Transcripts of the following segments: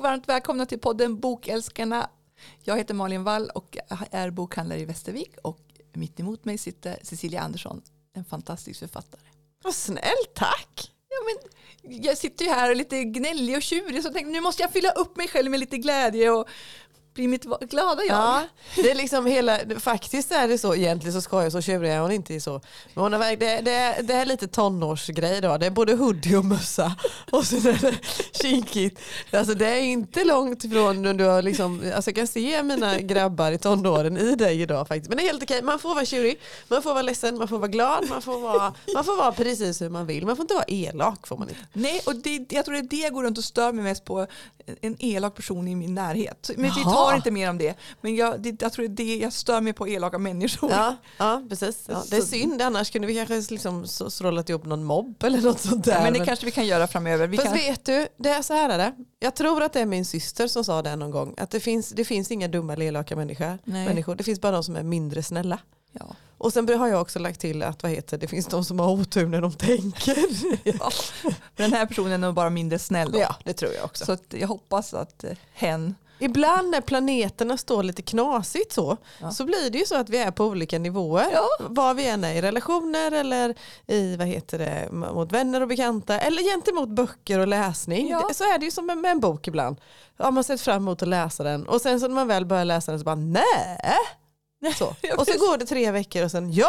varmt välkomna till podden Bokälskarna. Jag heter Malin Wall och är bokhandlare i Västervik. Och mitt emot mig sitter Cecilia Andersson, en fantastisk författare. Vad snällt, tack! Ja, men jag sitter ju här och lite gnällig och tjurig, så jag tänkte nu måste jag fylla upp mig själv med lite glädje och bli mitt glada jag. Ja, det är liksom faktiskt är det så, egentligen så ska jag så tjurig är hon inte så. Men hon är, det är lite tonårsgrej då, det är både hoodie och mössa och så är det kinkigt. Alltså det är inte långt ifrån när du har liksom, alltså jag kan se mina grabbar i tonåren i dig idag faktiskt. Men det är helt okej, man får vara tjurig, man får vara ledsen, man får vara glad, man får vara precis hur man vill. Man får inte vara elak, får man inte. Nej, och jag tror det är det jag går runt och stör mig mest på, en elak person i min närhet. Men vi tar inte mer om det. Men jag tror det är det jag stör mig på, elaka människor. Ja precis. Ja, det är synd, annars kunde vi kanske liksom strålat ihop någon mobb eller något sånt där. Ja, men det kanske vi kan göra framöver. Vet du, det är så här är det. Jag tror att det är min syster som sa det någon gång. Att det finns inga dumma eller elaka människor. Det finns bara de som är mindre snälla. Ja. Och sen har jag också lagt till att det finns de som har otur när de tänker. Ja. Men den här personen är nog bara mindre snäll då. Ja, det tror jag också. Så att jag hoppas att hen... Ibland när planeterna står lite knasigt så blir det ju så att vi är på olika nivåer. Ja. Vad vi än är i relationer eller i mot vänner och bekanta eller gentemot böcker och läsning. Ja. Så är det ju som med en bok ibland. Har man sett fram emot att läsa den och sen så när man väl börjar läsa den så bara nej. Så. Och så går det 3 veckor och sen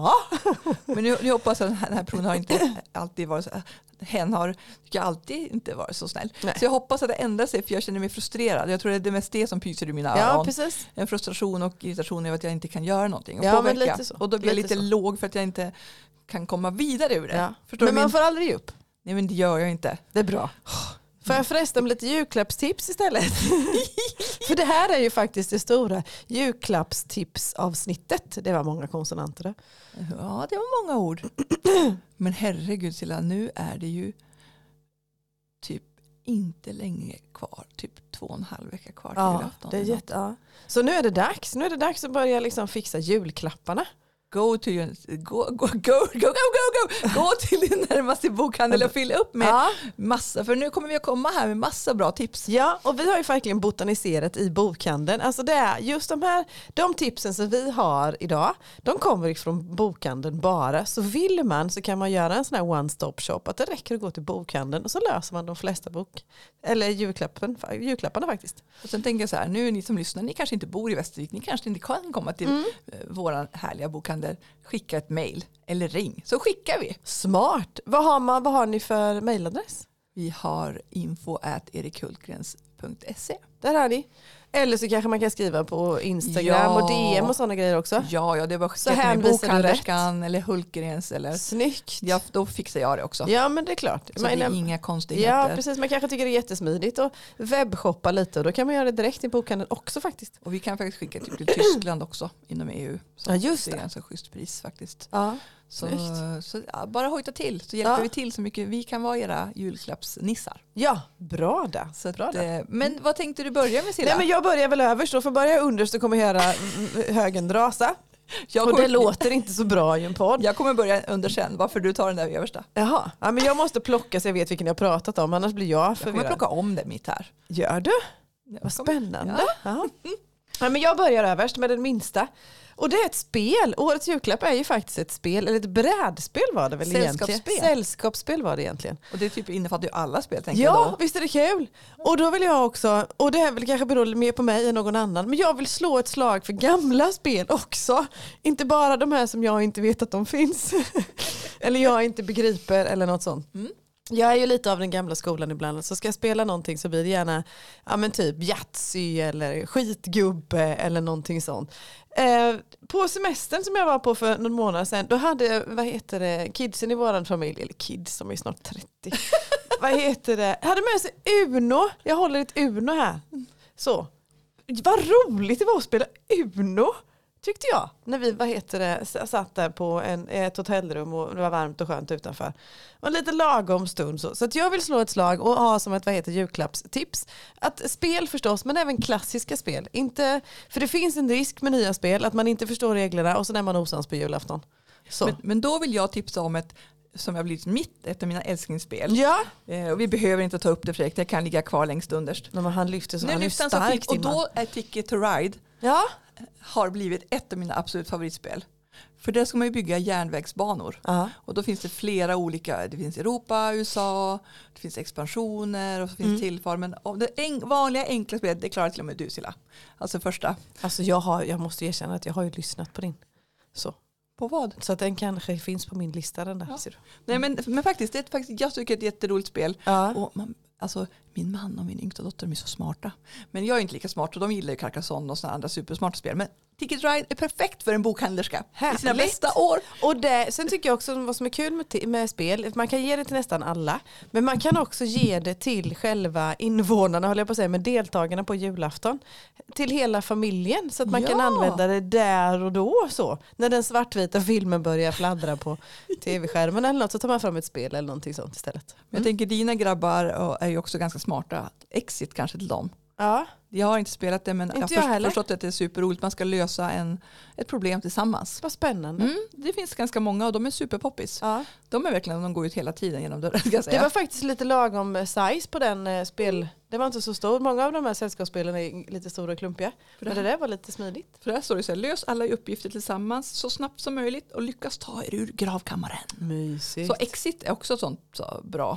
Men nu hoppas jag att den här personen har inte alltid varit så. Hen har alltid inte varit så snäll. Nej. Så jag hoppas att det ändrar sig, för jag känner mig frustrerad. Jag tror det är det mest det som pyser i mina öron. Precis. En frustration och irritation över att jag inte kan göra någonting. Och men lite så. Och då blir jag lite låg för att jag inte kan komma vidare ur det. Ja. Men man får aldrig ge upp. Nej, men det gör jag inte. Det är bra. Får jag förresten lite julklappstips istället? För det här är ju faktiskt det stora julklappstipsavsnittet. Det var många konsonanter där. Ja, det var många ord. Men herregud Silla, nu är det ju typ inte länge kvar. Typ 2,5 vecka kvar till julafton. Det är Så nu är det dags. Nu är det dags att börja liksom fixa julklapparna. Gå till din närmaste bokhandel och fylla upp med massa. För nu kommer vi att komma här med massa bra tips. Ja, och vi har ju verkligen botaniserat i bokhandeln. Alltså det är just de tipsen som vi har idag, de kommer från bokhandeln bara. Så vill man så kan man göra en sån här one-stop shop. Att det räcker att gå till bokhandeln och så löser man de flesta julklapparna faktiskt. Och sen tänker jag så här, nu ni som lyssnar, ni kanske inte bor i Västervik, ni kanske inte kan komma till våran härliga bokhandel. Skicka ett mejl eller ring, så skickar vi. Smart. Vad har ni för mejladress? Vi har info@erikhultgrens.se. Där har ni. Eller så kanske man kan skriva på Instagram och DM och sådana grejer också. Ja, det var skicka med bokhandlerskan eller Hultgrens eller. Snyggt. Ja, då fixar jag det också. Ja, men det är klart. Så det är inga konstigheter. Ja, precis. Man kanske tycker det är jättesmidigt att webbshoppa lite och då kan man göra det direkt i bokhandeln också faktiskt. Och vi kan faktiskt skicka till Tyskland också inom EU. Så just det. Det är en så schysst pris faktiskt. Ja. Så bara hojta till så hjälper vi till så mycket vi kan vara era julklappsnissar. Ja, bra det. Men vad tänkte du börja med, Silla? Nej, men jag börjar väl överst och för börja underst så kommer jag höra högen rasa. Och det låter inte så bra i en podd. Jag kommer börja under sen, varför du tar den där översta. Jaha, men jag måste plocka så jag vet vilken jag har pratat om, annars blir jag förvirrad. Jag kommer plocka om det mitt här. Gör du? Vad spännande. Ja, men jag börjar överst med den minsta. Och det är ett spel. Årets julklapp är ju faktiskt ett spel, eller ett brädspel var det väl egentligen. Sällskapsspel var det egentligen. Och det typ innefattar ju alla spel, tänker jag då. Ja, visst är det kul. Och då vill jag också, och det är väl kanske beror mer på mig än någon annan, men jag vill slå ett slag för gamla spel också. Inte bara de här som jag inte vet att de finns. Eller jag inte begriper eller något sånt. Mm. Jag är ju lite av den gamla skolan ibland, så ska jag spela någonting så blir det gärna typ Yatzy eller skitgubbe eller någonting sånt. På semestern som jag var på för någon månad sedan, då hade kidsen i våran familj, eller kids som är snart 30, hade med sig Uno. Jag håller ett Uno här. Så, vad roligt det var att spela Uno. Tyckte jag, när vi satt där på ett hotellrum och det var varmt och skönt utanför. Och en lite lagom stund så att jag vill slå ett slag och ha som ett julklappstips. Att spel förstås, men även klassiska spel. Inte, för det finns en risk med nya spel att man inte förstår reglerna och så är man osams på julafton. Så. Men då vill jag tipsa om ett som har blivit ett av mina älsklingsspel. Ja. Och vi behöver inte ta upp det Fredrik, det kan ligga kvar längst underst. Men han lyfter så Nu han är lyfter han så stark. fint, och då är Ticket to Ride Ja. har blivit ett av mina absolut favoritspel. För där ska man ju bygga järnvägsbanor. Ja. Och då finns det flera olika, det finns Europa, USA, det finns expansioner och så finns tillfar. Men av det vanliga enkla spelet, det klarar till och med du Silla. Alltså första. Alltså jag måste erkänna att jag har ju lyssnat på din. På vad? Så att den kanske finns på min lista den där. Ja. Ser du? Nej men faktiskt, jag tycker det är ett jätteroligt spel. Ja. Och alltså, min man och min yngsta dotter är så smarta. Men jag är inte lika smart och de gillar ju Carcassonne och sådana andra supersmarta spel. Men Ticket Ride är perfekt för en bokhandlerska i sina bästa år. Och sen tycker jag också vad som är kul med spel, man kan ge det till nästan alla, men man kan också ge det till själva invånarna, håller jag på att säga, med deltagarna på julafton, till hela familjen, så att man kan använda det där och då, så när den svartvita filmen börjar fladdra på tv-skärmen eller något, så tar man fram ett spel eller någonting sånt istället. Jag tänker dina grabbar är ju också ganska smarta. Exit kanske till dem. Ja. Jag har inte spelat det, men jag har förstått att det är superroligt. Man ska lösa ett problem tillsammans. Vad spännande. Det finns ganska många och de är superpoppis. Ja. De är verkligen, de går ut hela tiden genom dörren, ska jag säga. Det var faktiskt lite lagom size på den spel. Det var inte så stor. Många av de här sällskapsspelen är lite stora och klumpiga. Men det där var lite smidigt. För där står det så här, lös alla uppgifter tillsammans så snabbt som möjligt och lyckas ta er ur gravkammaren. Mysigt. Så Exit är också ett sånt bra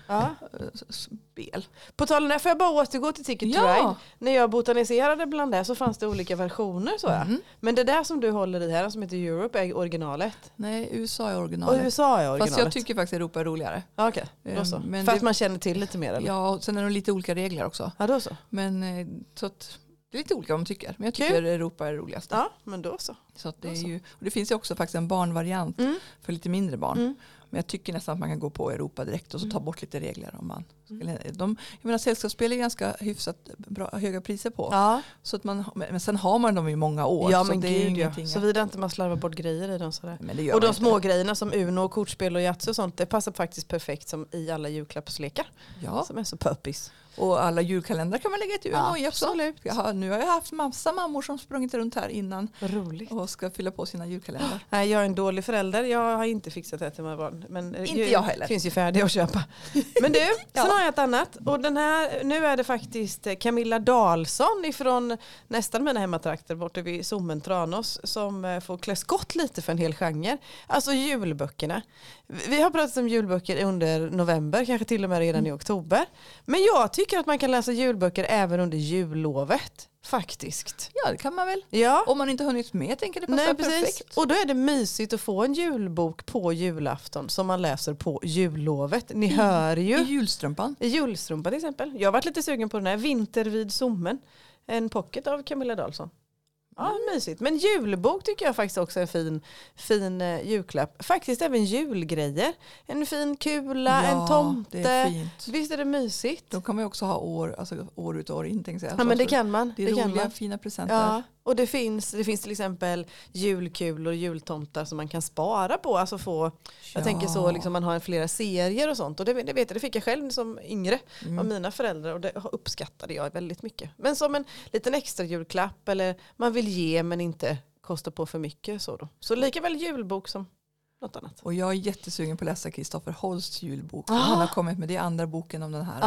spel. På tal om det, får jag bara återgå till Ticket to Ride. När jag botaniserade bland det så fanns det olika versioner. Men det där som du håller i här, som heter Europe, är originalet. Nej, USA är originalet. Och USA är originalet. Fast jag tycker faktiskt Europa är roligare. Okej, då så. Fast man känner till lite mer, eller? Ja, och sen är det lite olika regler också. Ja, då så. Men så att det är lite olika vad man tycker. Men jag tycker Europa är roligast. Ja, men då så. Så att det är ju, och det finns ju också faktiskt en barnvariant för lite mindre barn. Men jag tycker nästan att man kan gå på Europa direkt och så ta bort lite regler om man jag menar, sällskapsspel är ganska hyfsat höga priser på. Ja. Så att men sen har man dem i många år. Ja, så men det är gud, så vidare inte man slarvar bort grejer i dem sådär. Men det gör och de inte. små grejerna som Uno, kortspel och Yatzy och sånt, det passar faktiskt perfekt som i alla julklappslekar. Ja. Som är så puppis. Och alla julkalendrar kan man lägga till Uno i också. Absolut. Nu har jag haft massa mammor som sprungit runt här innan. Roligt. Och ska fylla på sina julkalendrar. Nej, jag är en dålig förälder. Jag har inte fixat det till mina barn. Men inte jag heller. Finns ju färdiga att köpa. Men du, sen har jag ett annat. Och den här, nu är det faktiskt Camilla Dahlsson ifrån nästan mina hemmatrakter borta vid Sommen Tranås som får klä skott lite för en hel genre. Alltså julböckerna. Vi har pratat om julböcker under november, kanske till och med redan i oktober. Men jag tycker att man kan läsa julböcker även under jullovet. Faktiskt. Ja, det kan man väl. Ja. Om man inte hunnit med, tänker det passar perfekt. Och då är det mysigt att få en julbok på julafton som man läser på jullovet. Ni hör ju. I julstrumpan. I julstrumpan till exempel. Jag har varit lite sugen på den här Vinter vid Sommen. En pocket av Camilla Dahlsson. Ja, mysigt. Men julbok tycker jag faktiskt också är en fin julklapp. Faktiskt även julgrejer. En fin kula, en tomte. Det är fint. Visst är det mysigt? Då kan man ju också ha år ut och år in, tänkte jag. Ja, men det kan man. Det är roliga, fina presenter. Ja, och det finns till exempel julkulor och jultomtar som man kan spara på. Alltså jag tänker så, liksom, man har flera serier och sånt. Och det vet jag, det fick jag själv som yngre av mina föräldrar. Och det uppskattade jag väldigt mycket. Men som en liten extra julklapp, eller man vill ge men inte kosta på för mycket. Så lika väl julbok som något annat. Och jag är jättesugen på att läsa Kristoffer Holsts julbok. Han har kommit med det andra boken om den här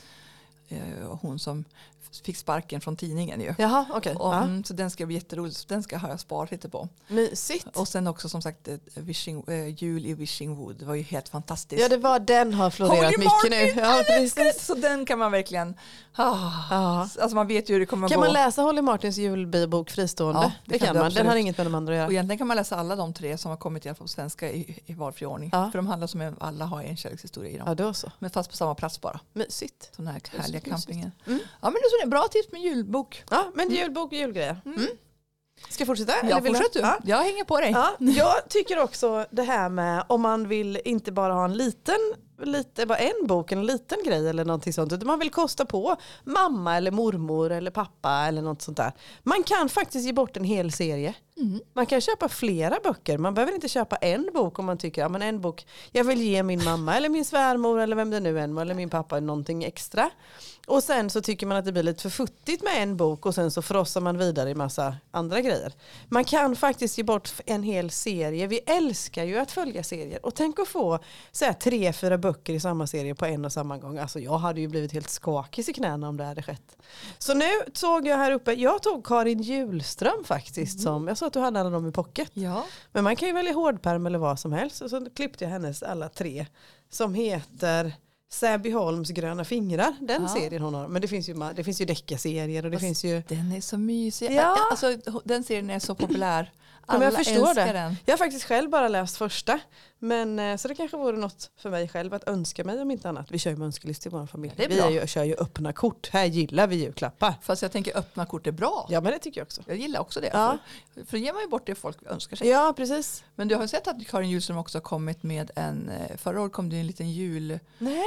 hon som fick sparken från tidningen ju. Jaha, okej. Så den ska bli jätterolig. Så den ska jag sparat lite på. Mysigt. Och sen också som sagt jul i Wishing Wood. Det var ju helt fantastiskt. Ja, det var den har florerat Holy mycket Martin! nu. Ja, precis. Så den kan man verkligen alltså man vet ju hur det kommer kan gå. man läsa Holly Martins julbok fristående? Ja, det kan man. absolut. Den har inget med de andra att göra. Och egentligen kan man läsa alla de 3 som har kommit i alla fall på svenska i valfri ordning. För de handlar som alla har en kärlekshistoria i dem. Ja, då så. Men fast på samma plats bara. Mysigt. Sån här härliga campingen. Ja, men det är så bra tips med julbok. Ja, men julbok och julgrejer. Ska jag fortsätta? Jag fortsätter. Ja. Jag hänger på dig. Ja, jag tycker också det här med om man vill inte bara ha bara en bok, en liten grej eller någonting sånt, utan man vill kosta på mamma eller mormor eller pappa eller något sånt där. Man kan faktiskt ge bort en hel serie. Man kan köpa flera böcker. Man behöver inte köpa en bok om man tycker att en bok, jag vill ge min mamma eller min svärmor eller vem det nu än var, eller min pappa någonting extra. Och sen så tycker man att det blir lite för futtigt med en bok och sen så frossar man vidare i massa andra grejer. Man kan faktiskt ge bort en hel serie. Vi älskar ju att följa serier. Och tänk att få 3-4 böcker i samma serie på en och samma gång. Alltså jag hade ju blivit helt skakig i knäna om det hade skett. Så nu såg jag här uppe, jag tog Karin Hjulström faktiskt. Som, jag sa att du hade alla dem i pocket. Ja. Men man kan ju välja hårdpärm eller vad som helst. Och så klippte jag hennes alla 3 som heter... Säby Holms Gröna fingrar, den serien hon har. Men det finns ju deckarserier och det finns ju... Den är så mysig. Ja. Alltså, den serien är så populär. Alla jag förstår älskar det. Den. Jag har faktiskt själv bara läst första. Men så det kanske vore något för mig själv att önska mig om inte annat. Vi kör ju önskelist i vår familj. Vi kör ju öppna kort. Här gillar vi julklappar. Fast jag tänker öppna kort är bra. Ja, men det tycker jag också. Jag gillar också det. Ja. För ger man ju bort det folk önskar sig. Ja, precis. Men du har sett att Karin Hjulström också har kommit med förra året kom det en liten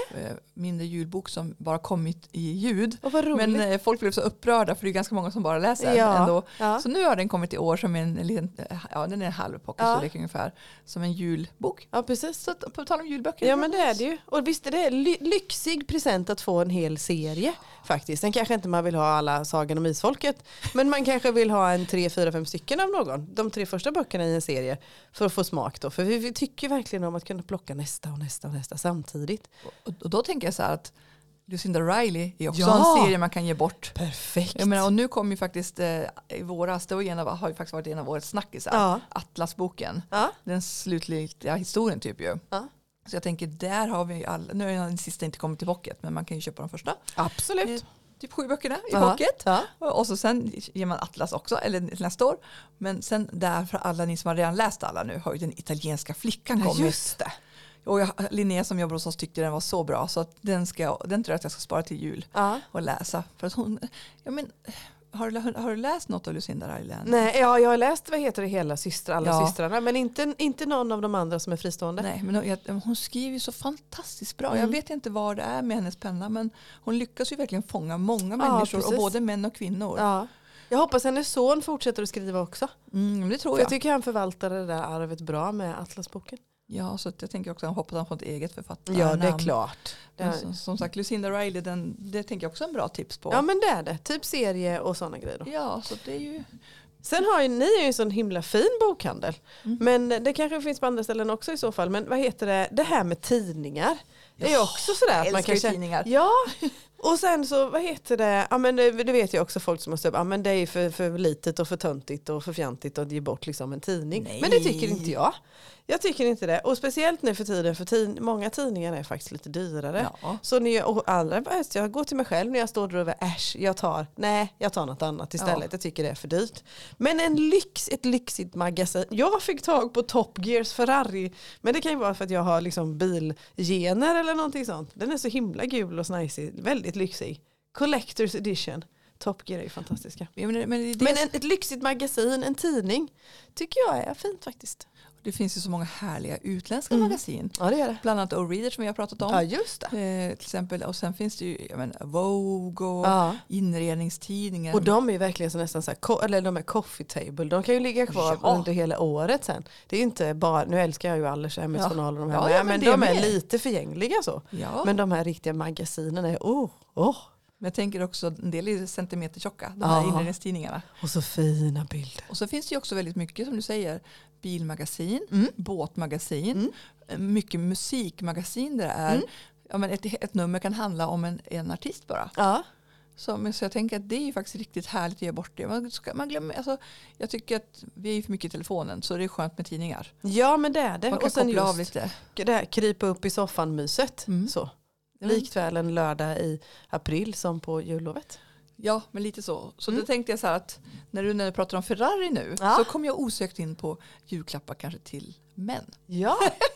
mindre julbok som bara kommit i ljud. Vad roligt. Men folk blev så upprörda för det är ganska många som bara läser ändå. Ja. Så nu har den kommit i år som en liten, den är en halv pocketstorlek ungefär, som en julbok. Ja, precis. Så på tal om julböcker. Ja, men det är det ju. Och visst är det lyxig present att få en hel serie faktiskt. Sen kanske inte man vill ha alla Sagan om Isfolket, men man kanske vill ha en 3-4-5 stycken av någon. De 3 första böckerna i en serie för att få smak då. För vi tycker verkligen om att kunna plocka nästa och nästa samtidigt. Och då tänker jag så här att Lucinda Riley är också en serie man kan ge bort. Perfekt. Jag menar, och nu kom ju faktiskt i våras, det har ju faktiskt varit en av årets snackisar. Atlasboken. Den slutliga historien typ ju. Så jag tänker, där har vi alla, nu är den sista inte kommit till pocket, men man kan ju köpa de första. Absolut. Typ 7 böckerna i pocket. Och så sen ger man Atlas också, eller nästa år. Men sen där, för alla ni som har redan läst alla nu, har ju den italienska flickan kommit. Just det. Och Linnea som jobbar hos oss tyckte den var så bra, så att den tror jag att jag ska spara till jul och läsa. För att har du läst något av Lucinda Riley? Nej, jag har läst, hela systrarna, men inte någon av de andra som är fristående. Nej, men hon skriver så fantastiskt bra. Jag vet inte vad det är med hennes penna, men hon lyckas ju verkligen fånga många människor, och både män och kvinnor. Ja. Jag hoppas hennes son fortsätter att skriva också. Det tror jag. Jag tycker han förvaltar det där arvet bra med Atlasboken. Ja, så jag tänker också att han hoppas att han får ett eget författarnamn. Ja, det är klart. Som sagt, Lucinda Riley, det tänker jag också en bra tips på. Ja, men det är det. Typ serie och sådana grejer då. Ja, så det är ju... Sen har ju ni ju en sån himla fin bokhandel. Men det kanske finns på andra ställen också i så fall. Men vad heter det? Det här med tidningar. Det är också sådär att man kan tidningar. Ja. Och sen så, vad heter det? Ja, men det vet jag också folk som har sagt, ja, men det är för litet och för töntigt och för fjantigt att ge bort liksom en tidning. Nej. Men det tycker inte jag. Jag tycker inte det. Och speciellt nu för tiden, för många tidningar är faktiskt lite dyrare. Ja. Så allra bäst, jag går till mig själv när jag står där över jag tar något annat istället. Ja. Jag tycker det är för dyrt. Men ett lyxigt magasin. Jag fick tag på Top Gears Ferrari. Men det kan ju vara för att jag har liksom bilgener eller någonting sånt. Den är så himla gul och snajsig. Väldigt lyxig. Collector's edition. Top Gear är ju fantastiska. Men ett lyxigt magasin, en tidning, tycker jag är fint faktiskt. Det finns ju så många härliga utländska magasin. Ja, det är det. Bland annat O-Reader som vi har pratat om. Ja, just det. Till exempel. Och sen finns det ju Vogue och inredningstidningar. Och de är ju verkligen så nästan så här, eller de är coffee table. De kan ju ligga kvar under hela året sen. Det är inte bara, nu älskar jag ju Allers Hemmetsjournal och de här. Men de är lite förgängliga så. Ja. Men de här riktiga magasinen är Men jag tänker också, en del är centimeter tjocka, de här inredningstidningarna. Och så fina bilder. Och så finns det ju också väldigt mycket, som du säger, bilmagasin, båtmagasin, mycket musikmagasin där det är. Ja, men ett nummer kan handla om en artist bara. Ja. Så jag tänker att det är ju faktiskt riktigt härligt att ge bort det. Man glömmer, alltså, jag tycker att vi är för mycket i telefonen, så det är skönt med tidningar. Ja, men det är det. Man kan och sen koppla av lite. Det här, krypa upp i soffan-myset. Så. Likväl en lördag i april som på jullovet. Ja, men lite så. Så då tänkte jag så här att när du pratar om Ferrari nu så kom jag osökt in på julklappar kanske till män. Ja.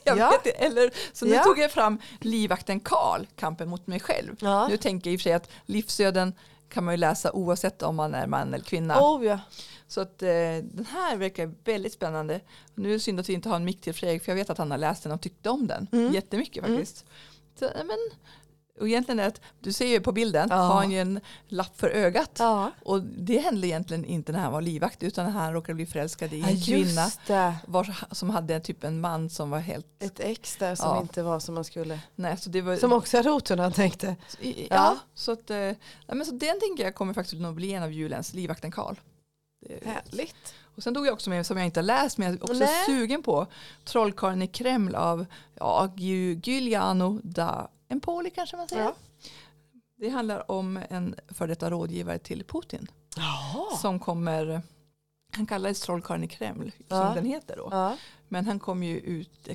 Så nu tog jag fram Livvakten Karl, kampen mot mig själv. Ja. Nu tänker jag i och för sig att livsöden kan man ju läsa oavsett om man är man eller kvinna. Så att den här verkar väldigt spännande. Nu är det synd att vi inte har en mick till Fredrik, för jag vet att han har läst den och tyckte om den jättemycket faktiskt. Så, men Och egentligen är att, du ser ju på bilden, har han ju en lapp för ögat. Ja. Och det hände egentligen inte när han var livvakt, utan när han råkade bli förälskad i en kvinna som hade typ en man som var helt... Ett ex där som inte var som man skulle... Nej, så det var... Som också rotorna tänkte. Ja, så att... men så den tänker jag kommer faktiskt nog bli en av julens, livvakten Karl. Härligt. Och sen tog jag också med, som jag inte har läst, men jag är också sugen på, Trollkarlen i Kreml av Giuliano da Empoli kanske man säger. Ja. Det handlar om en för detta rådgivare till Putin. Som kommer, han kallades Trollkarlen i Kreml som den heter då. Ja. Men han kom ju ut,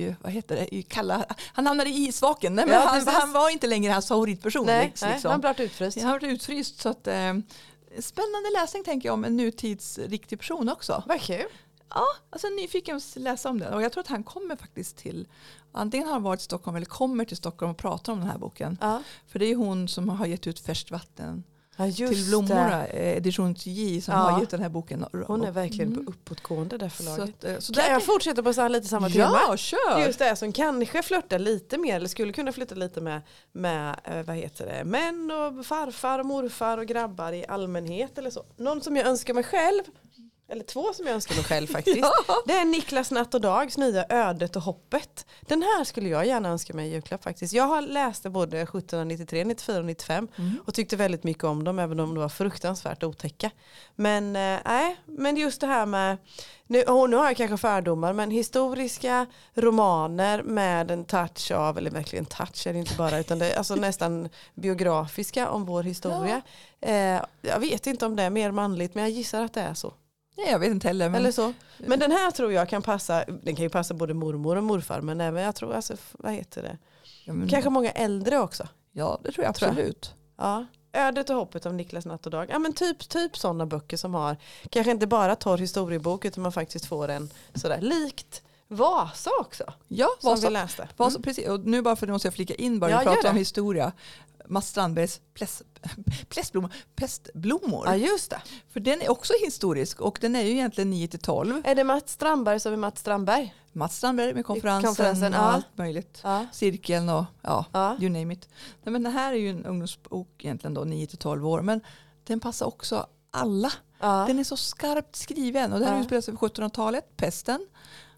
han hamnade i isvaken. Nej, men han var inte längre hans favoritperson. Nej, han blev utfryst. Han blev utfryst, så att spännande läsning tänker jag om en nutidsriktig person också. Vad kul. Ja, alltså nyfiken att läsa om det. Och jag tror att han kommer faktiskt till, antingen har han varit i Stockholm eller kommer till Stockholm och pratar om den här boken. Ja. För det är hon som har gett ut Färskt vatten till blommorna, edition J, som har gett den här boken. Hon är verkligen på uppåtgående där förlaget. Så där jag fortsätter på lite samma tema. Ja, kör! Just det, som kanske flörtar lite mer, eller skulle kunna flytta lite med män och farfar och morfar och grabbar i allmänhet eller så. Någon som jag önskar mig själv, eller två som jag önskar mig själv faktiskt. Det är Niklas Natt och Dags nya Ödet och hoppet. Den här skulle jag gärna önska mig i julklapp faktiskt. Jag har läst det både 1793, 94 och 95 och tyckte väldigt mycket om dem, även om de var fruktansvärt otäcka. Men men just det här med, nu har jag kanske fördomar, men historiska romaner med en touch av, eller verkligen touch är det inte bara, utan det är alltså nästan biografiska om vår historia. Ja. Jag vet inte om det är mer manligt, men jag gissar att det är så. Nej, jag vet inte heller. Men... Eller så. Men den här tror jag kan passa, den kan ju passa både mormor och morfar, men även jag tror, alltså, vad heter det? Ja, men... Kanske många äldre också. Ja, det tror jag absolut. Ja. Ödet och hoppet av Niklas Natt och Dag. Ja, men typ sådana böcker som har, kanske inte bara torr historiebok, utan man faktiskt får en sådär likt Vasa också. Ja, Vasa. Som vi läste. Vasa, precis. Och nu bara för att måste jag flika in, bara vi pratar om historia. Mats Strandbergs Pestblommor. Ja, just det. För den är också historisk, och den är ju egentligen 9-12. Är det Mats Strandberg så är det Mats Strandberg? Mats Strandberg med konferensen och allt möjligt. Ja. Cirkeln och you name it. Nej, men det här är ju en ungdomsbok egentligen då, 9-12 år. Men den passar också alla. Ja. Den är så skarpt skriven. Och det här utspelar sig på 1700-talet. Pesten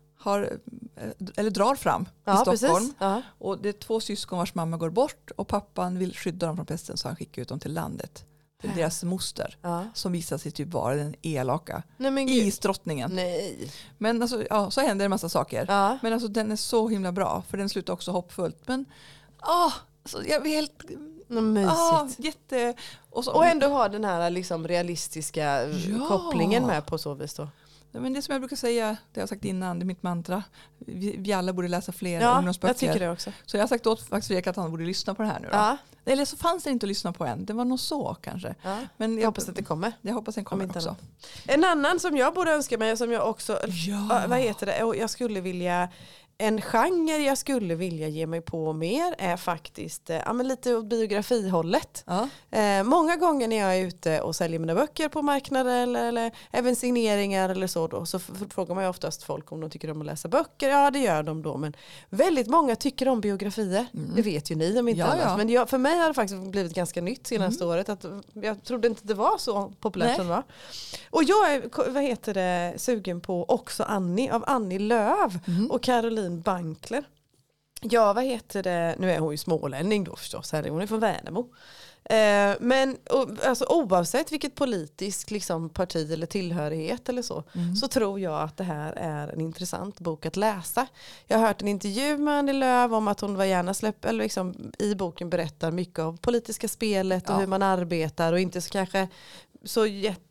drar fram i Stockholm. Ja. Och det är 2 syskon vars mamma går bort, och pappan vill skydda dem från pesten, så han skickar ut dem till landet. Till deras moster som visar sig typ vara den elaka isdrottningen. Nej. Men alltså, så händer en massa saker. Ja. Men alltså, den är så himla bra, för den slutar också hoppfullt. Men alltså, jag vill helt... jätte... Och ändå ha den här liksom realistiska kopplingen med på så vis då. Men det som jag brukar säga, det har jag sagt innan, det är mitt mantra. Vi alla borde läsa fler ungdomsböcker. Jag tycker det också. Så jag har sagt åt faktiskt Fredrik att han borde lyssna på det här nu då. Ja. Eller så fanns det inte att lyssna på än. Det var nog så kanske. Ja. Men jag hoppas att det kommer. Jag hoppas den kommer också. En annan som jag borde önska mig, som jag också, vad heter det? Jag skulle vilja... En genre jag skulle vilja ge mig på mer är faktiskt lite åt biografihållet. Ja. Många gånger när jag är ute och säljer mina böcker på marknader eller även signeringar eller så då, så frågar man ju oftast folk om de tycker om att läsa böcker. Ja, det gör de då, men väldigt många tycker om biografier. Det vet ju ni om inte annat. Men för mig har det faktiskt blivit ganska nytt senaste året. Att jag trodde inte det var så populärt som det var. Och jag är, sugen på också Annie av Annie Lööf och Caroline Bankler. Ja, nu är hon ju smålänning då förstås. Hon är från Värnamo. Men alltså, oavsett vilket politiskt liksom, parti eller tillhörighet eller så tror jag att det här är en intressant bok att läsa. Jag har hört en intervju med Annie Lööf om att hon var gärna eller liksom, i boken berättar mycket om politiska spelet och hur man arbetar, och inte så kanske så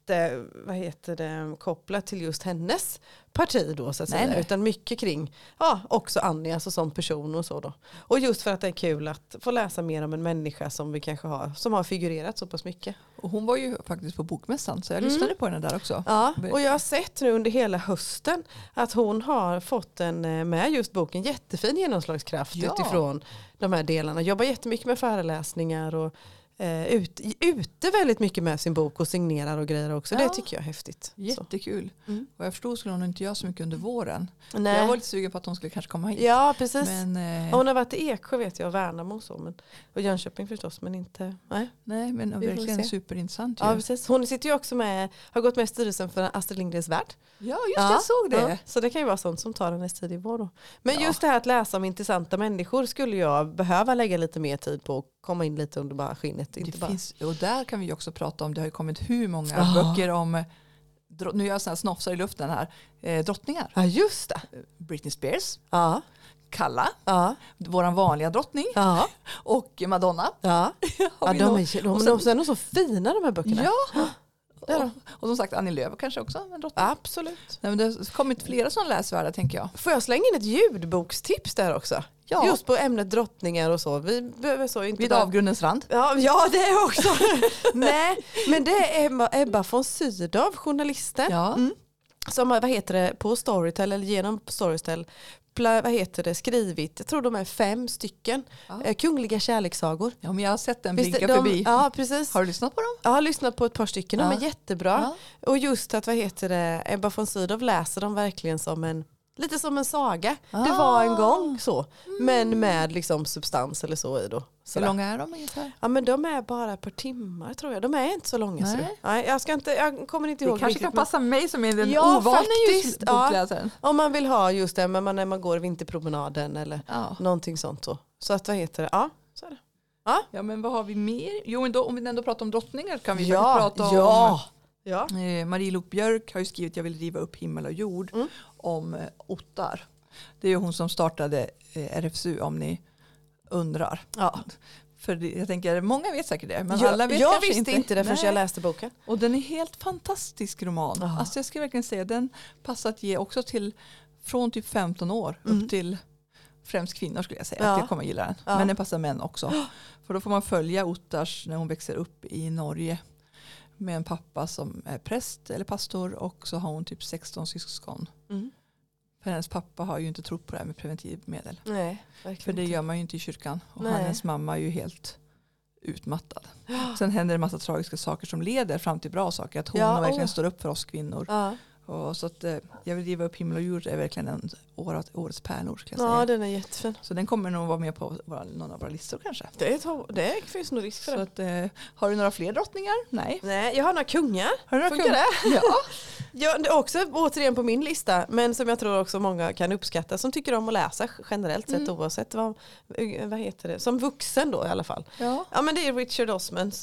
kopplat till just hennes parti då så att säga, utan mycket kring också Annie, alltså som person och så då. Och just för att det är kul att få läsa mer om en människa som vi kanske som har figurerat så pass mycket. Och hon var ju faktiskt på bokmässan, så jag lyssnade på henne där också. Ja, och jag har sett nu under hela hösten att hon har fått med just boken jättefin genomslagskraft utifrån de här delarna. Jobbar jättemycket med föreläsningar och ute väldigt mycket med sin bok och signerar och grejer också. Det tycker jag är häftigt. Jättekul. Och jag förstod skulle hon inte göra så mycket under våren. Nej. Jag var lite sugen på att hon skulle kanske komma hit. Ja, precis. Men, hon har varit i Eksjö vet jag, och Värnamo och så. Och Jönköping förstås, men inte... Nej, men verkligen superintressant. Ja, precis. Hon sitter ju också med, har gått med i styrelsen för Astrid Lindgrens Värld. Ja, just det, jag såg det. Ja, så det kan ju vara sånt som tar hennes tid i vår då. Men just det här att läsa om intressanta människor skulle jag behöva lägga lite mer tid på och komma in lite under bara skinnet. Och där kan vi också prata om, det har ju kommit hur många böcker om, nu gör jag sådana här snofsar i luften här, drottningar. Ja, just det. Britney Spears, Kalla, våran vanliga drottning och Madonna. Ja. De är så fina de här böckerna. Ja. Och som sagt Annie Lööf kanske också en drottning. Absolut. Nej, men det har kommit flera sådana läsvärda tänker jag. Får jag slänga in ett ljudbokstips där också? Ja. Just på ämnet drottningar och så. Vi behöver så inte vid avgrundens rand. Ja, det är också. Nej, men det är Ebba von Sydow, journalisten. Ja. Som på Storytel eller genom Storytel skrivit, jag tror de är 5 stycken kungliga kärlekssagor. Ja, men jag har sett den blinka förbi. Ja, precis. Har du lyssnat på dem? Jag har lyssnat på ett par stycken, de är jättebra. Och just att Ebba von Sydow läser dem verkligen som lite som en saga. Det var en gång så, men med liksom substans eller så i då. Hur långa är de ungefär? Ja, men de är bara ett par timmar tror jag. De är inte så långa. Nej, jag kommer inte ihåg. Det kanske kan passa mig som är den ovanliga bokläsaren. Om man vill ha just det, men när man går vinterpromenaden eller någonting sånt så. Så att så är det. Ja, men vad har vi mer? Jo, om vi ändå pratar om drottningar kan vi prata om... Ja. Marie Lok Björk har ju skrivit Jag vill riva upp himmel och jord om Ottar. Det är ju hon som startade RFSU om ni undrar. Ja. För jag tänker, många vet säkert det. Men alla vet jag visste inte det förrän jag läste boken. Och den är helt fantastisk roman. Alltså jag ska verkligen säga, den passar att ge också till från typ 15 år upp till främst kvinnor skulle jag säga. Att det kommer gilla den. Men den passar män också. För då får man följa Ottars när hon växer upp i Norge. Med en pappa som är präst eller pastor och så har hon typ 16 syskon. För hennes pappa har ju inte trott på det här med preventivmedel. Nej, för det gör man ju inte i kyrkan. Och hennes mamma är ju helt utmattad. Sen händer det en massa tragiska saker som leder fram till bra saker. Att hon verkligen står upp för oss kvinnor. Och så att Jag vill riva upp himmel och jord är verkligen en årets pärlor skulle jag säga. Ja, den är jättefin. Så den kommer nog vara med på någon av våra listor kanske. Det finns nog risk för så det. Att, har du några fler drottningar? Nej, jag har några kungar. Har du några kungar? Ja, det är också återigen på min lista. Men som jag tror också många kan uppskatta. Som tycker om att läsa generellt sett oavsett vad heter det. Som vuxen då i alla fall. Ja, men det är Richard Osmans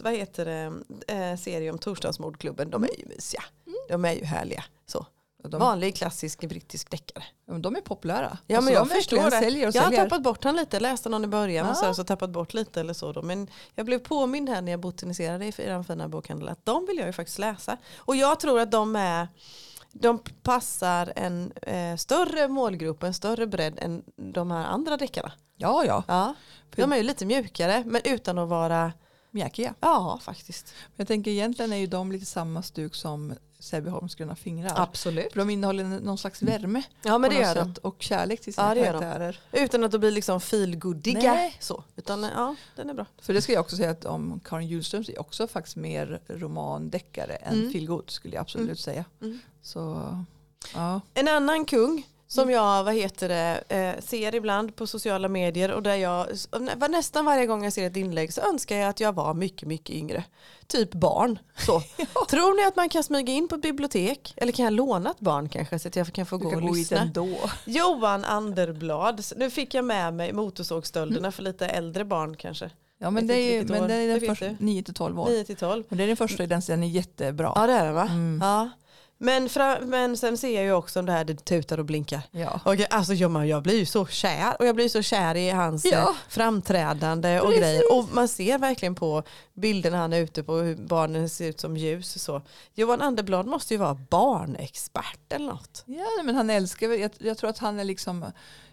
serie om Torsdagsmordklubben. De är ju mysiga. De är ju härliga. Så. Vanlig klassisk brittisk deckare. Ja, de är populära. Ja, men jag förstår det. Jag har tappat bort han lite. Läste någon i början och så tappat bort lite eller så. Då. Men jag blev påmind här när jag botaniserade i den fina bokhandeln att de vill jag ju faktiskt läsa. Och jag tror att de passar en större målgrupp, en större bredd än de här andra deckarna. Ja. De är ju lite mjukare men utan att vara mjäkiga. Ja, faktiskt. Jag tänker egentligen är ju de lite samma stuk som Säbyholms gröna fingrar. Absolut. För de innehåller någon slags värme. Ja, men det gör de. Och kärlek till sina karaktärer. Utan att de blir liksom feelgoodiga. Så. Utan den är bra. För det ska jag också säga att om Karin Hjulström är också faktiskt mer romandeckare än feelgood skulle jag absolut säga. Så, En annan kung som jag ser ibland på sociala medier och där jag nästan varje gång jag ser ett inlägg så önskar jag att jag var mycket, mycket yngre. Typ barn. Så. Tror ni att man kan smyga in på ett bibliotek? Eller kan jag låna ett barn kanske så att jag kan få gå och lyssna? Ändå. Johan Anderblad. Nu fick jag med mig motorsågstölderna för lite äldre barn kanske. Ja, men det är den första 9-12 år. 9-12. Men det är den första i den är jättebra. Ja, det är det va? Ja. Men sen ser jag ju också om det tutar och blinkar. Ja. Och alltså jag blir ju så kär. Och jag blir så kär i hans framträdande och grejer. Och man ser verkligen på bilderna han är ute på hur barnen ser ut som ljus och så. Johan Anderblad måste ju vara barnexpert eller något. Ja, men han älskar, jag tror att han är liksom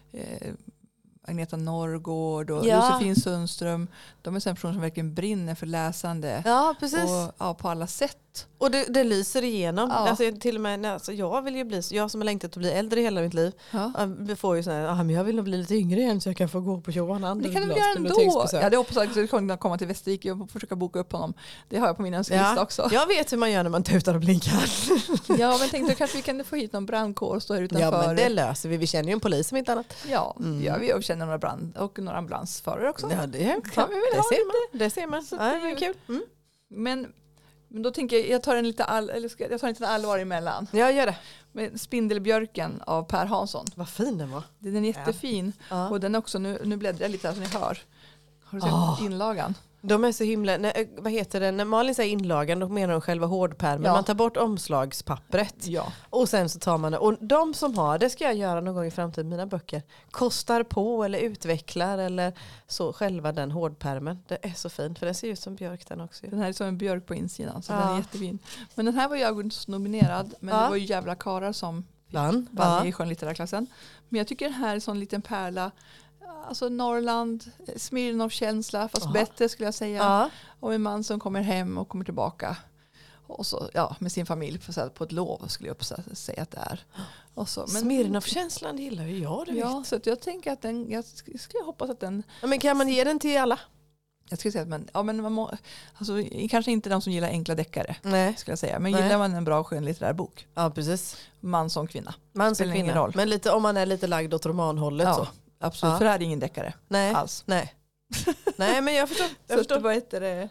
Agneta Norrgård och Josefin Sundström. De är sådana personer som verkligen brinner för läsande. Ja, precis. Och på alla sätt. lätt. Och det lyser igenom. Ja. Alltså, till och med, alltså, jag som har längtat att bli äldre i hela mitt liv. Ja. Får ju sådär, men jag vill nog bli lite yngre igen så jag kan få gå på Johan Anders. Det kan du göra ändå. Jag hade hoppats att du kunde komma till Västervik och försöka boka upp honom. Det har jag på min önskelista också. Jag vet hur man gör när man tutar och blinkar. Ja, men tänkte kanske vi kan få hit någon brandkår och stå här utanför. Ja, men det löser vi. Vi känner ju en polis som inte annat. Ja, vi känner några brand och några ambulansförare också. Ja, det kan vi väl ha. Det ser man. Så det är kul. Men då tänker jag tar en liten allvar emellan. Ja, gör det. Med Spindelbjörken av Per Hansson. Vad fin den var. Den är jättefin. Ja. Och den också, nu bläddrar jag lite här så ni hör. Har du sett inlagan? De är så himla, vad heter det? När Malin säger inlagan, då menar de själva hårdpärmen. Ja. Man tar bort omslagspappret. Ja. Och sen så tar man det. Och de som har, det ska jag göra någon gång i framtiden, mina böcker, kostar på eller utvecklar eller så själva den hårdpärmen. Det är så fint, för den ser ut som björk den också. Den här är som en björk på insidan, så den är jättefin. Men den här var jag nominerad, men det var ju jävla karar som vann i skönlitterärklassen. Men jag tycker den här är en sån liten pärla. Alltså Norrland, Smirnoff-känsla, fast bättre skulle jag säga. Och en man som kommer hem och kommer tillbaka. Och så, med sin familj på ett lov skulle jag säga att det är. Och så, men Smirnoff-känslan gillar ju jag, du vet. Så att jag tänker att jag skulle hoppas att den... Ja, men kan man ge den till alla? Jag skulle säga att alltså, kanske inte de som gillar enkla deckare. Nej. Skulle jag säga. Men gillar man en bra skönlitterär bok. Ja, precis. Man som kvinna. Man som kvinna. Roll. Men lite, om man är lite lagd åt romanhållet så. Absolut, för det här är ingen deckare alls. Nej, men jag förstår. Så vad heter det?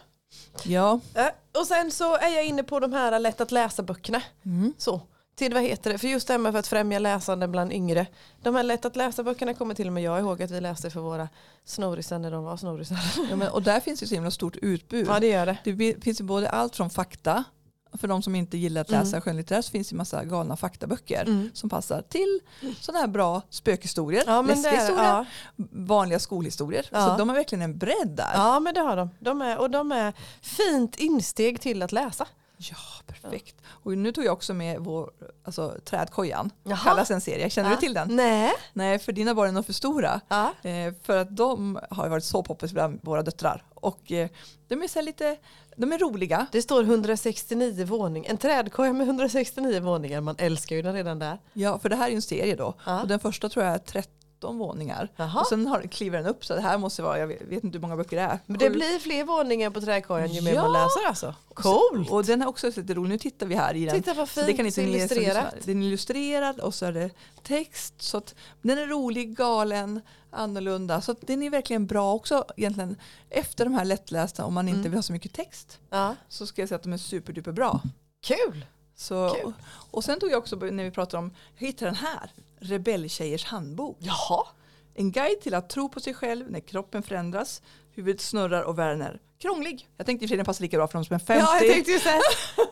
Ja. Och sen så är jag inne på de här lätt att läsa böckerna. Så. Till vad heter det? För just det här med för att främja läsande bland yngre. De här lätt att läsa böckerna kommer till och med jag ihåg att vi läste för våra snorisar när de var snorisar. Ja, och där finns ju så himla stort utbud. Ja, det gör det. Det finns ju både allt från fakta. För de som inte gillar att läsa skönlitterär så finns det en massa galna faktaböcker som passar till sådana här bra spökhistorier, läskhistorier, vanliga skolhistorier. Så de har verkligen en bredd där. Ja, men det har de. De är fint insteg till att läsa. Ja, perfekt. Och nu tog jag också med vår Trädkojan. Kallas en serie. Känner du till den? Nej, för dina barn är nog för stora. För att de har varit så poppis bland våra döttrar. Och de är så lite... De är roliga. Det står 169 våningar. En trädkoja med 169 våningar. Man älskar ju den redan där. Ja, för det här är ju en serie då. Och den första tror jag är 13 våningar. Och sen kliver den upp. Så det här måste vara, jag vet inte hur många böcker det är. Men det blir fler våningar på trädkojan ju mer man läser alltså. Coolt! Och den är också lite rolig. Nu tittar vi här i den. Titta vad fint. Det kan inte illustrerat. Den är illustrerad och så är det text. Så att den är rolig, galen, annorlunda. Så att den är verkligen bra också egentligen. Efter de här lättlästa, om man inte vill ha så mycket text. Så ska jag säga att de är superduper bra. Kul! Kul. Och sen tog jag också, när vi pratade om, jag hittade den här. Rebelltjejers handbok. Jaha. En guide till att tro på sig själv när kroppen förändras, huvudet snurrar och värner. Krånglig. Jag tänkte i och för sig den passar lika bra för de som är 50. Ja, jag tänkte ju säga.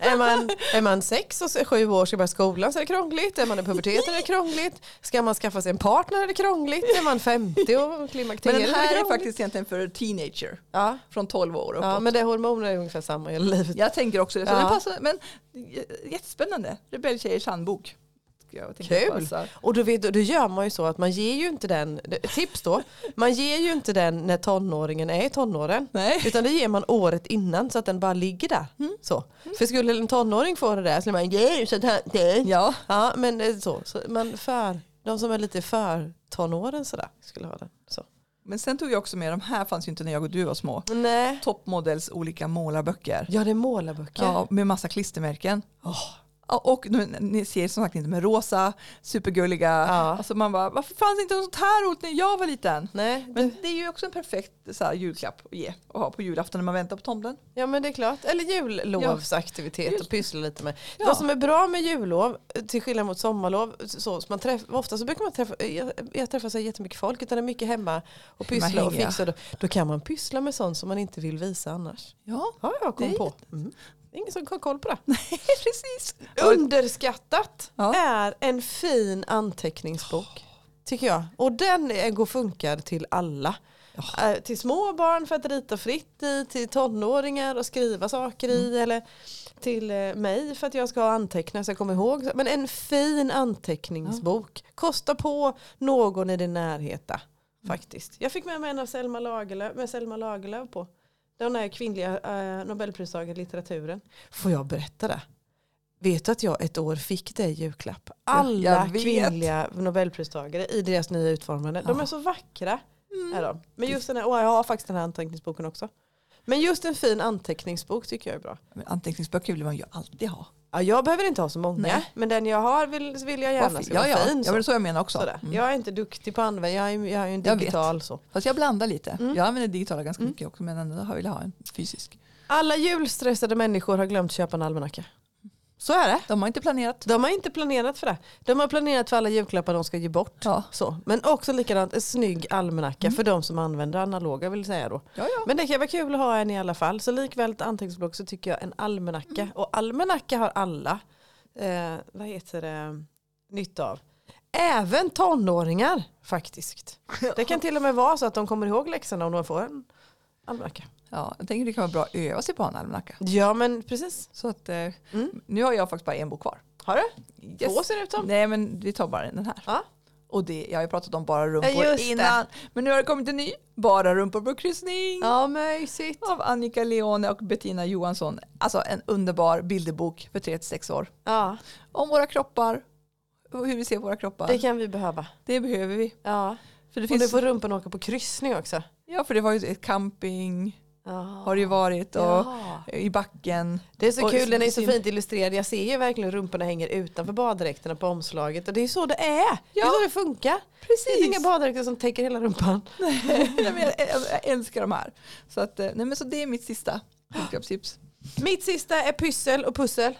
är man 6 och 7 år ska börja skolan så är det krångligt. Är man i puberteten är det krångligt. Ska man skaffa sig en partner är det krångligt. Är man 50 och klimakteriet men den här är faktiskt egentligen för teenager. Ja. Från 12 år uppåt. Ja, men det hormoner är ungefär samma i livet. Jag tänker också det. Så den passar, men jättespännande. Rebelltjejers handbok. Kul! Och då gör man ju så att man ger ju inte den, tips då, man ger ju inte den när tonåringen är i tonåren. Nej. Utan det ger man året innan så att den bara ligger där. Så. För skulle en tonåring få det där så man ger så att ja, men så man de som är lite för tonåren sådär skulle ha den. Så. Men sen tog jag också med, de här fanns ju inte när jag och du var små. Nej. Toppmodels olika målarböcker. Ja, det är målarböcker. Ja, med massa klistermärken. Och ni ser som sagt inte med rosa, supergulliga. Alltså man bara, varför fanns inte något sånt här roligt när jag var liten? Nej, men det är ju också en perfekt så här, julklapp att ge och ha på julafton när man väntar på tomten. Ja, men det är klart. Eller jullovsaktivitet och pyssla lite med. Ja. Vad som är bra med jullov, till skillnad mot sommarlov, så man ofta så brukar man träffa så jättemycket folk utan det är mycket hemma och pyssla och fixa. Då kan man pyssla med sånt som man inte vill visa annars. Ja, jag kom på. Ingen som har koll på det. Nej, precis. Underskattat är en fin anteckningsbok, tycker jag. Och den går funkar till alla. Till små barn för att rita fritt i, till tonåringar och skriva saker i, eller till mig för att jag ska anteckna så jag kommer ihåg. Men en fin anteckningsbok kostar på någon i din närhet faktiskt. Jag fick med mig en av Selma Lagerlöf på. Den här kvinnliga Nobelpristagaren i litteraturen. Får jag berätta det? Vet du att jag ett år fick det i julklapp? Alla kvinnliga Nobelpristagare i deras nya utformande. De är så vackra. Är de. Men just den här, jag har faktiskt den här anteckningsboken också. Men just en fin anteckningsbok tycker jag är bra. Men anteckningsböcker vill man ju alltid ha. Ja, jag behöver inte ha så många. Nej. Men den jag har vill jag gärna ska vara fin. Ja, men så jag menar också. Jag är inte duktig på användning. Jag är ju en digital så. Fast jag blandar lite. Jag använder digitala ganska mycket också. Men ändå vill jag ha en fysisk. Alla julstressade människor har glömt köpa en almanacka. Så är det. De har inte planerat. De har inte planerat för det. De har planerat för alla julklappar de ska ge bort. Ja. Så. Men också likadant en snygg almanacka för de som använder analoga vill säga då. Ja. Men det kan vara kul att ha en i alla fall. Så likväl ett anteckningsblock så tycker jag en almanacka. Och almanacka har alla nytta av. Även tonåringar faktiskt. Det kan till och med vara så att de kommer ihåg läxorna om de får en almanacka. Ja, jag tänker det kan vara bra att öva sig på en almanacka. Ja, men precis. Så att nu har jag faktiskt bara en bok kvar. Har du? Yes. 2 ser det ut som. Nej, men vi tar bara den här. Ja. Och jag har ju pratat om bara rumpor innan. Men nu har det kommit en ny. Bara rumpor på kryssning. Ja, mysigt. Av Annika Leone och Bettina Johansson. Alltså en underbar bilderbok för 3-6 år. Ja. Om våra kroppar. Och hur vi ser våra kroppar. Det kan vi behöva. Det behöver vi. Ja. För det finns... Och det får rumpan åka på kryssning också. Ja, för det var ju ett camping. Har det ju varit och i backen. Det är så kul, den är så fint illustrerad. Jag ser ju verkligen rumporna hänger utanför baddräkterna på omslaget. Och det är så det är. Ja. Det är så det funkar. Precis. Det är inga baddräkter som täcker hela rumpan. Jag älskar de här. Så, att, så det är mitt sista julklappstips. Mitt sista är pyssel och pussel.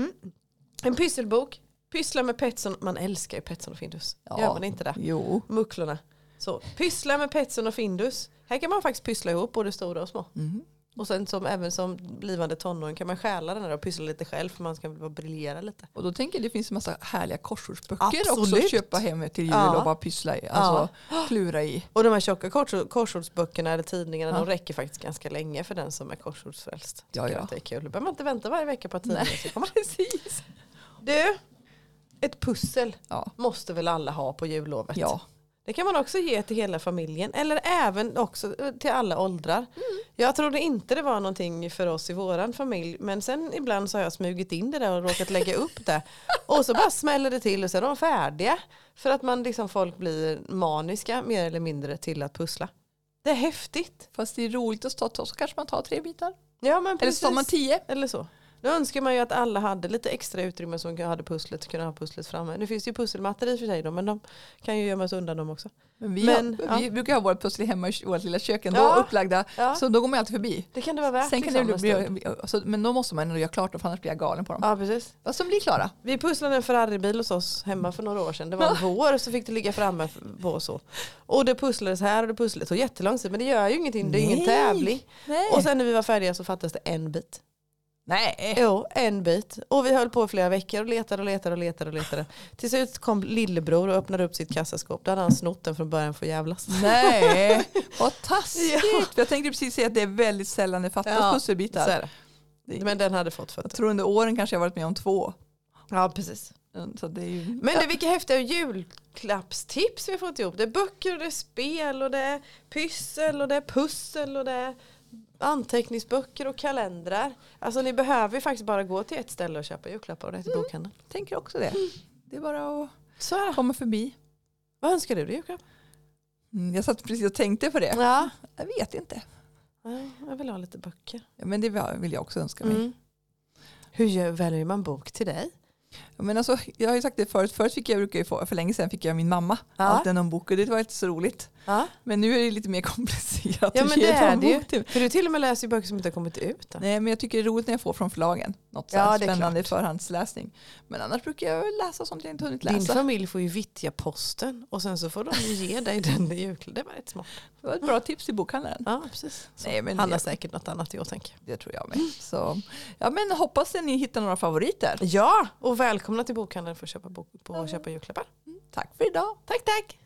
En pysselbok. Pyssla med Petson. Man älskar ju Petson och Findus. Gör man inte det? Jo. Mucklorna. Så, pyssla med Petson och Findus. Här kan man faktiskt pyssla ihop både stora och små. Och sen även som blivande tonåring kan man stjäla den här och pyssla lite själv för man ska briljera lite. Och då tänker jag det finns en massa härliga korsordsböcker också att köpa hem till jul och bara pyssla i. Alltså klura i. Och de här tjocka korsordsböckerna eller tidningarna de räcker faktiskt ganska länge för den som är korsordsfrälst. Ja. Det är kul. Då behöver man inte vänta varje vecka på att tidningen ska komma. Precis. Du, ett pussel måste väl alla ha på jullovet? Ja. Det kan man också ge till hela familjen. Eller även också till alla åldrar. Jag trodde inte det var någonting för oss i våran familj. Men sen ibland så har jag smugit in det där och råkat lägga upp det. Och så bara smäller det till och så är de färdiga. För att man liksom, folk blir maniska mer eller mindre till att pussla. Det är häftigt. Fast det är roligt att stå så kanske man tar 3 bitar. Ja, men precis. Eller så tar man 10. Eller så. Då önskar man ju att alla hade lite extra utrymme som kunde ha pusslet framme. Nu finns det ju pusselmattor i för sig då, men de kan ju gömmas undan dem också. Men vi brukar ha våra pussel hemma i vårt lilla kök ändå upplagda. Ja. Så då går man alltid förbi. Det kan det vara värt. Sen kan det men då måste man ändå göra klart dem, för annars blir jag galen på dem. Ja, precis. Vad som blir klara. Vi pusslade en Ferrari-bil hos oss hemma för några år sedan. Det var en vår så fick det ligga framme på så. Och det pusslades här och det pusslades så jättelångt tid. Men det gör ju ingenting, det är ingen tävling. Nej. Och sen när vi var färdiga så fattades det en bit. Nej. Jo, en bit. Och vi höll på flera veckor och letade. Till slut kom lillebror och öppnade upp sitt kassaskåp. Då hade han snott den från början för jävlas. Nej, vad taskigt. Ja. Jag tänkte precis säga att det är väldigt sällan det fattas pusselbitar. Så är det. Men den hade fått fötter. Jag tror under åren kanske jag varit med om 2. Ja, precis. Så det är ju... Men det är vilka häftiga julklappstips vi har fått ihop. Det är böcker och det är spel och det är pyssel och det är pussel och det är anteckningsböcker och kalendrar. Alltså ni behöver ju faktiskt bara gå till ett ställe och köpa julklappar och det heter bokhandeln. Tänker också det. Det är bara att komma förbi. Vad önskar du dig julklapp? Jag satt precis och tänkte på det. Ja. Jag vet inte. Jag vill ha lite böcker. Ja, men det vill jag också önska mig. Hur väljer man bok till dig? Men alltså, jag har ju sagt det förut fick jag för länge sedan fick jag min mamma alltid någon bok och det var inte så roligt. Men nu är det lite mer komplicerat. Ja, men det är det ju. För du till och med läser ju böcker som inte har kommit ut. Då. Nej, men jag tycker det är roligt när jag får från förlagen. Något spännande förhandsläsning. Men annars brukar jag läsa sånt jag inte hunnit läsa. Din familj får ju vittja posten och sen så får de ge dig den julklappen. Det var rätt smart. Det var ett bra tips i bokhandlaren. Ja, precis. Nej, men han har säkert något annat jag tänker. Det tror jag med. Så, ja, men hoppas att ni hittar några favoriter. Ja, och välkomna till bokhandeln för att köpa julklappar. Tack för idag. Tack.